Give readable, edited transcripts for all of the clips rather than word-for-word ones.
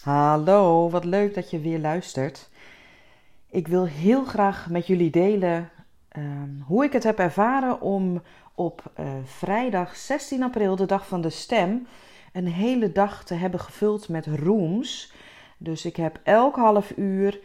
Hallo, wat leuk dat je weer luistert. Ik wil heel graag met jullie delen hoe ik het heb ervaren om op vrijdag 16 april, de dag van de stem, een hele dag te hebben gevuld met rooms. Dus ik heb elk half uur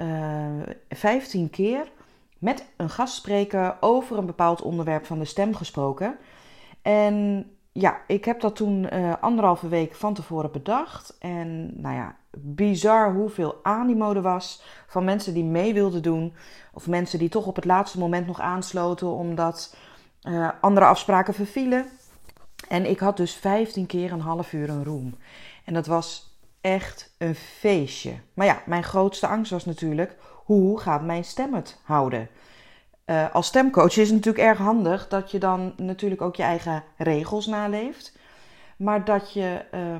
15 keer met een gastspreker over een bepaald onderwerp van de stem gesproken. En ja, ik heb dat toen 1,5 week van tevoren bedacht. En nou ja, bizar hoeveel animo er was van mensen die mee wilden doen. Of mensen die toch op het laatste moment nog aansloten omdat andere afspraken vervielen. En ik had dus 15 keer een half uur een room. En dat was echt een feestje. Maar ja, mijn grootste angst was natuurlijk, hoe gaat mijn stem het houden? Als stemcoach is het natuurlijk erg handig dat je dan natuurlijk ook je eigen regels naleeft. Maar dat je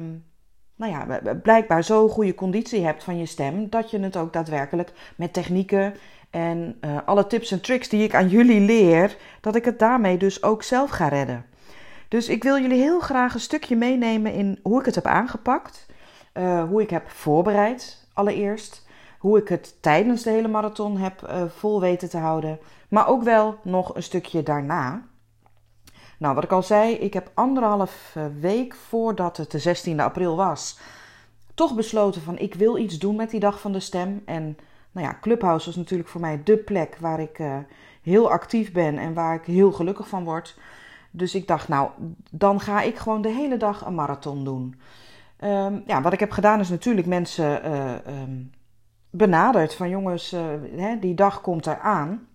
blijkbaar zo'n goede conditie hebt van je stem, dat je het ook daadwerkelijk met technieken en alle tips en tricks die ik aan jullie leer, dat ik het daarmee dus ook zelf ga redden. Dus ik wil jullie heel graag een stukje meenemen in hoe ik het heb aangepakt, hoe ik heb voorbereid allereerst. Hoe ik het tijdens de hele marathon heb vol weten te houden. Maar ook wel nog een stukje daarna. Nou, wat ik al zei, ik heb 1,5 week voordat het de 16e april was, toch besloten van ik wil iets doen met die dag van de stem. En nou ja, Clubhouse was natuurlijk voor mij dé plek waar ik heel actief ben en waar ik heel gelukkig van word. Dus ik dacht, nou, dan ga ik gewoon de hele dag een marathon doen. Wat ik heb gedaan is natuurlijk mensen benaderd van jongens, die dag komt eraan.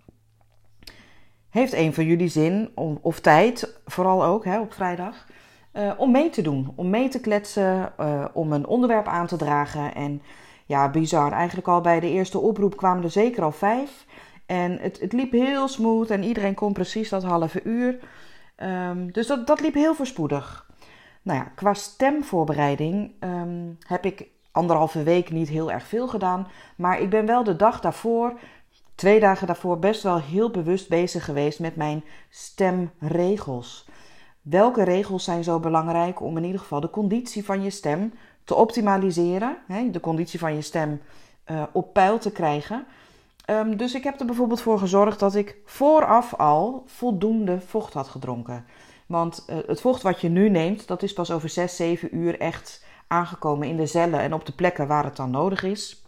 Heeft een van jullie zin of tijd, vooral ook op vrijdag, om mee te doen. Om mee te kletsen, om een onderwerp aan te dragen. En ja, bizar. Eigenlijk al bij de eerste oproep kwamen er zeker al 5. En het liep heel smooth en iedereen kon precies dat halve uur. Dus dat liep heel voorspoedig. Nou ja, qua stemvoorbereiding heb ik 1,5 week niet heel erg veel gedaan. Maar ik ben wel de dag daarvoor, 2 dagen daarvoor, best wel heel bewust bezig geweest met mijn stemregels. Welke regels zijn zo belangrijk om in ieder geval de conditie van je stem te optimaliseren? De conditie van je stem op peil te krijgen. Dus ik heb er bijvoorbeeld voor gezorgd dat ik vooraf al voldoende vocht had gedronken. Want het vocht wat je nu neemt, dat is pas over 6, 7 uur echt aangekomen in de cellen en op de plekken waar het dan nodig is.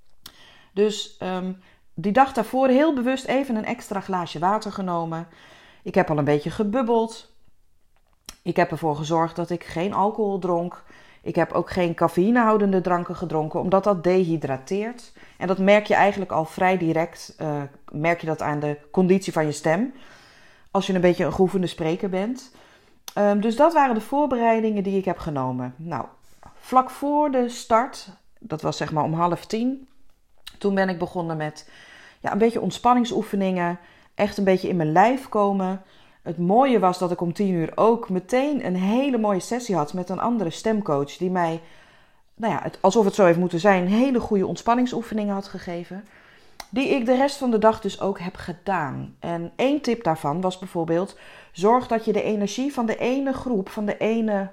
Dus die dag daarvoor heel bewust even een extra glaasje water genomen. Ik heb al een beetje gebubbeld. Ik heb ervoor gezorgd dat ik geen alcohol dronk. Ik heb ook geen cafeïnehoudende dranken gedronken, omdat dat dehydrateert. En dat merk je eigenlijk al vrij direct, merk je dat aan de conditie van je stem. Als je een beetje een geoefende spreker bent. Dus dat waren de voorbereidingen die ik heb genomen. Nou, vlak voor de start, dat was zeg maar om 9:30. Toen ben ik begonnen met een beetje ontspanningsoefeningen. Echt een beetje in mijn lijf komen. Het mooie was dat ik om 10:00 ook meteen een hele mooie sessie had met een andere stemcoach. Die mij, alsof het zo heeft moeten zijn, hele goede ontspanningsoefeningen had gegeven. Die ik de rest van de dag dus ook heb gedaan. En 1 tip daarvan was bijvoorbeeld, zorg dat je de energie van de ene groep, van de ene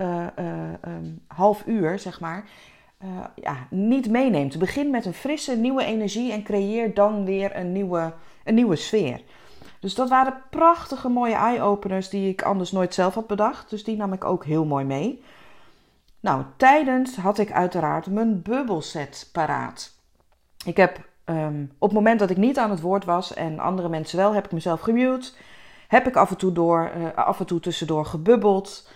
half uur, zeg maar, niet meeneemt. Begin met een frisse, nieuwe energie en creëer dan weer een nieuwe sfeer. Dus dat waren prachtige mooie eye-openers die ik anders nooit zelf had bedacht. Dus die nam ik ook heel mooi mee. Nou, tijdens had ik uiteraard mijn bubbelset paraat. Ik heb op het moment dat ik niet aan het woord was en andere mensen wel, heb ik mezelf gemute. Heb ik af en toe tussendoor gebubbeld.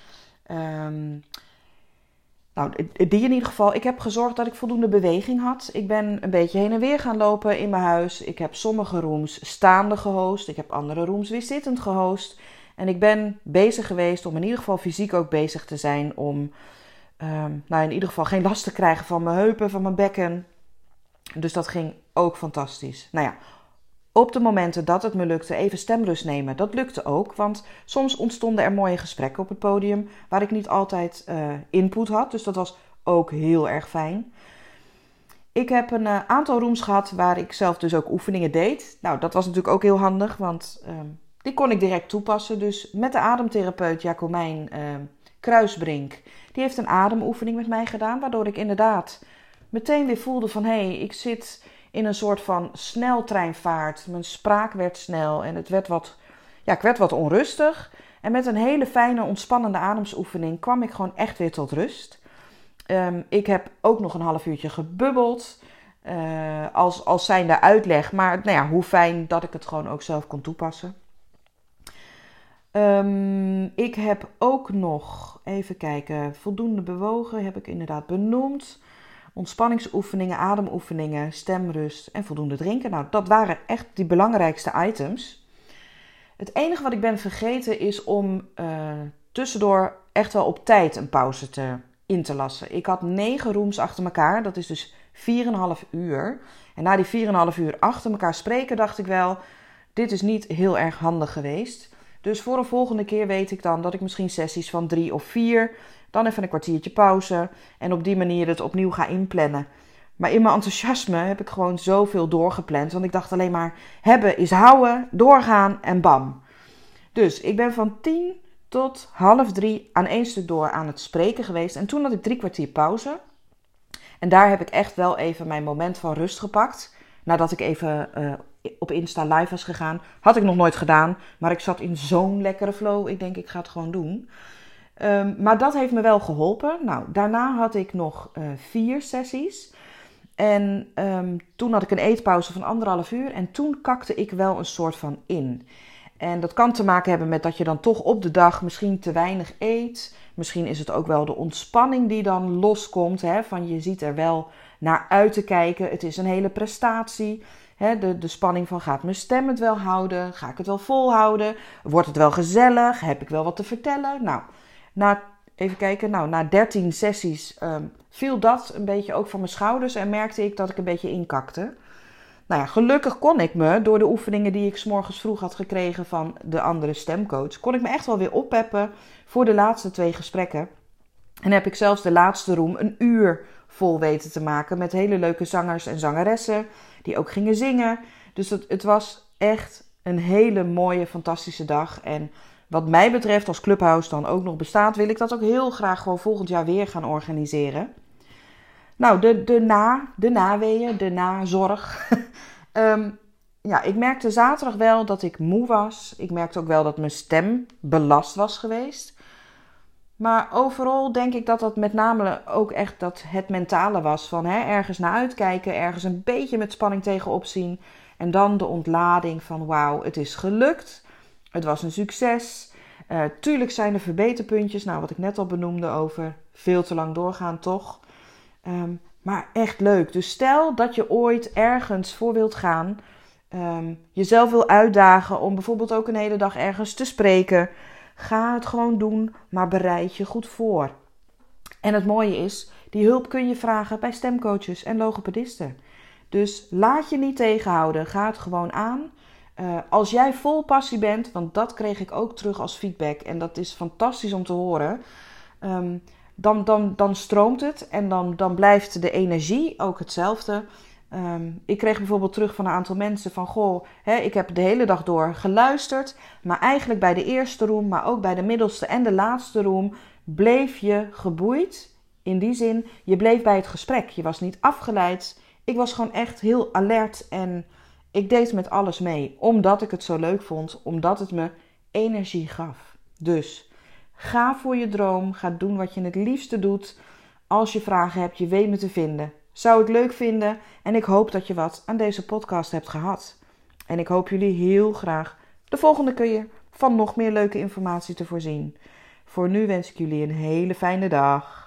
Die in ieder geval. Ik heb gezorgd dat ik voldoende beweging had. Ik ben een beetje heen en weer gaan lopen in mijn huis. Ik heb sommige rooms staande gehost. Ik heb andere rooms weer zittend gehost. En ik ben bezig geweest om in ieder geval fysiek ook bezig te zijn. Om in ieder geval geen last te krijgen van mijn heupen, van mijn bekken. Dus dat ging ook fantastisch. Nou ja, op de momenten dat het me lukte even stemrust nemen, dat lukte ook. Want soms ontstonden er mooie gesprekken op het podium waar ik niet altijd input had. Dus dat was ook heel erg fijn. Ik heb een aantal rooms gehad waar ik zelf dus ook oefeningen deed. Nou, dat was natuurlijk ook heel handig, want die kon ik direct toepassen. Dus met de ademtherapeut Jacomijn Kruisbrink, die heeft een ademoefening met mij gedaan, waardoor ik inderdaad meteen weer voelde van ik zit in een soort van sneltreinvaart. Mijn spraak werd snel en ik werd wat onrustig. En met een hele fijne, ontspannende ademsoefening kwam ik gewoon echt weer tot rust. Ik heb ook nog een half uurtje gebubbeld. Als zijnde uitleg. Maar hoe fijn dat ik het gewoon ook zelf kon toepassen. Ik heb ook nog, even kijken, voldoende bewogen heb ik inderdaad benoemd. Ontspanningsoefeningen, ademoefeningen, stemrust en voldoende drinken. Nou, dat waren echt die belangrijkste items. Het enige wat ik ben vergeten is om tussendoor echt wel op tijd een pauze in te lassen. Ik had 9 rooms achter elkaar, dat is dus 4,5 uur. En na die 4,5 uur achter elkaar spreken dacht ik wel, dit is niet heel erg handig geweest. Dus voor een volgende keer weet ik dan dat ik misschien sessies van 3 of 4, dan even een kwartiertje pauze en op die manier het opnieuw ga inplannen. Maar in mijn enthousiasme heb ik gewoon zoveel doorgepland, want ik dacht alleen maar hebben is houden, doorgaan en bam. Dus ik ben van 10 tot 2:30 aan 1 stuk door aan het spreken geweest en toen had ik 3 kwartier pauze. En daar heb ik echt wel even mijn moment van rust gepakt, nadat ik even op Insta live was gegaan. Had ik nog nooit gedaan, maar ik zat in zo'n lekkere flow. Ik denk, ik ga het gewoon doen. Maar dat heeft me wel geholpen. Nou, daarna had ik nog 4 sessies. En toen had ik een eetpauze van 1,5 uur. En toen kakte ik wel een soort van in. En dat kan te maken hebben met dat je dan toch op de dag misschien te weinig eet. Misschien is het ook wel de ontspanning die dan loskomt. Van je ziet er wel naar uit te kijken. Het is een hele prestatie. De spanning van gaat mijn stem het wel houden? Ga ik het wel volhouden? Wordt het wel gezellig? Heb ik wel wat te vertellen? Nou, na 13 sessies viel dat een beetje ook van mijn schouders en merkte ik dat ik een beetje inkakte. Nou ja, gelukkig kon ik me, door de oefeningen die ik 's morgens vroeg had gekregen van de andere stemcoach, kon ik me echt wel weer oppeppen voor de laatste 2 gesprekken. En heb ik zelfs de laatste room 1 uur vol weten te maken met hele leuke zangers en zangeressen die ook gingen zingen. Dus het was echt een hele mooie, fantastische dag. En wat mij betreft, als Clubhouse dan ook nog bestaat, wil ik dat ook heel graag gewoon volgend jaar weer gaan organiseren. Nou, de naweeën, de nazorg. Ik merkte zaterdag wel dat ik moe was. Ik merkte ook wel dat mijn stem belast was geweest. Maar overal denk ik dat dat met name ook echt dat het mentale was. Van ergens naar uitkijken, ergens een beetje met spanning tegenop zien. En dan de ontlading van wauw, het is gelukt. Het was een succes. Tuurlijk zijn er verbeterpuntjes. Nou, wat ik net al benoemde over veel te lang doorgaan, toch? Maar echt leuk. Dus stel dat je ooit ergens voor wilt gaan. Jezelf wil uitdagen om bijvoorbeeld ook een hele dag ergens te spreken. Ga het gewoon doen, maar bereid je goed voor. En het mooie is, die hulp kun je vragen bij stemcoaches en logopedisten. Dus laat je niet tegenhouden. Ga het gewoon aan. Als jij vol passie bent, want dat kreeg ik ook terug als feedback. En dat is fantastisch om te horen. Dan stroomt het en dan blijft de energie ook hetzelfde. Ik kreeg bijvoorbeeld terug van een aantal mensen van ik heb de hele dag door geluisterd. Maar eigenlijk bij de eerste room, maar ook bij de middelste en de laatste room bleef je geboeid. In die zin, je bleef bij het gesprek. Je was niet afgeleid. Ik was gewoon echt heel alert en ik deed met alles mee. Omdat ik het zo leuk vond, omdat het me energie gaf. Dus ga voor je droom, ga doen wat je het liefste doet. Als je vragen hebt, je weet me te vinden. Zou ik leuk vinden en ik hoop dat je wat aan deze podcast hebt gehad. En ik hoop jullie heel graag de volgende keer van nog meer leuke informatie te voorzien. Voor nu wens ik jullie een hele fijne dag.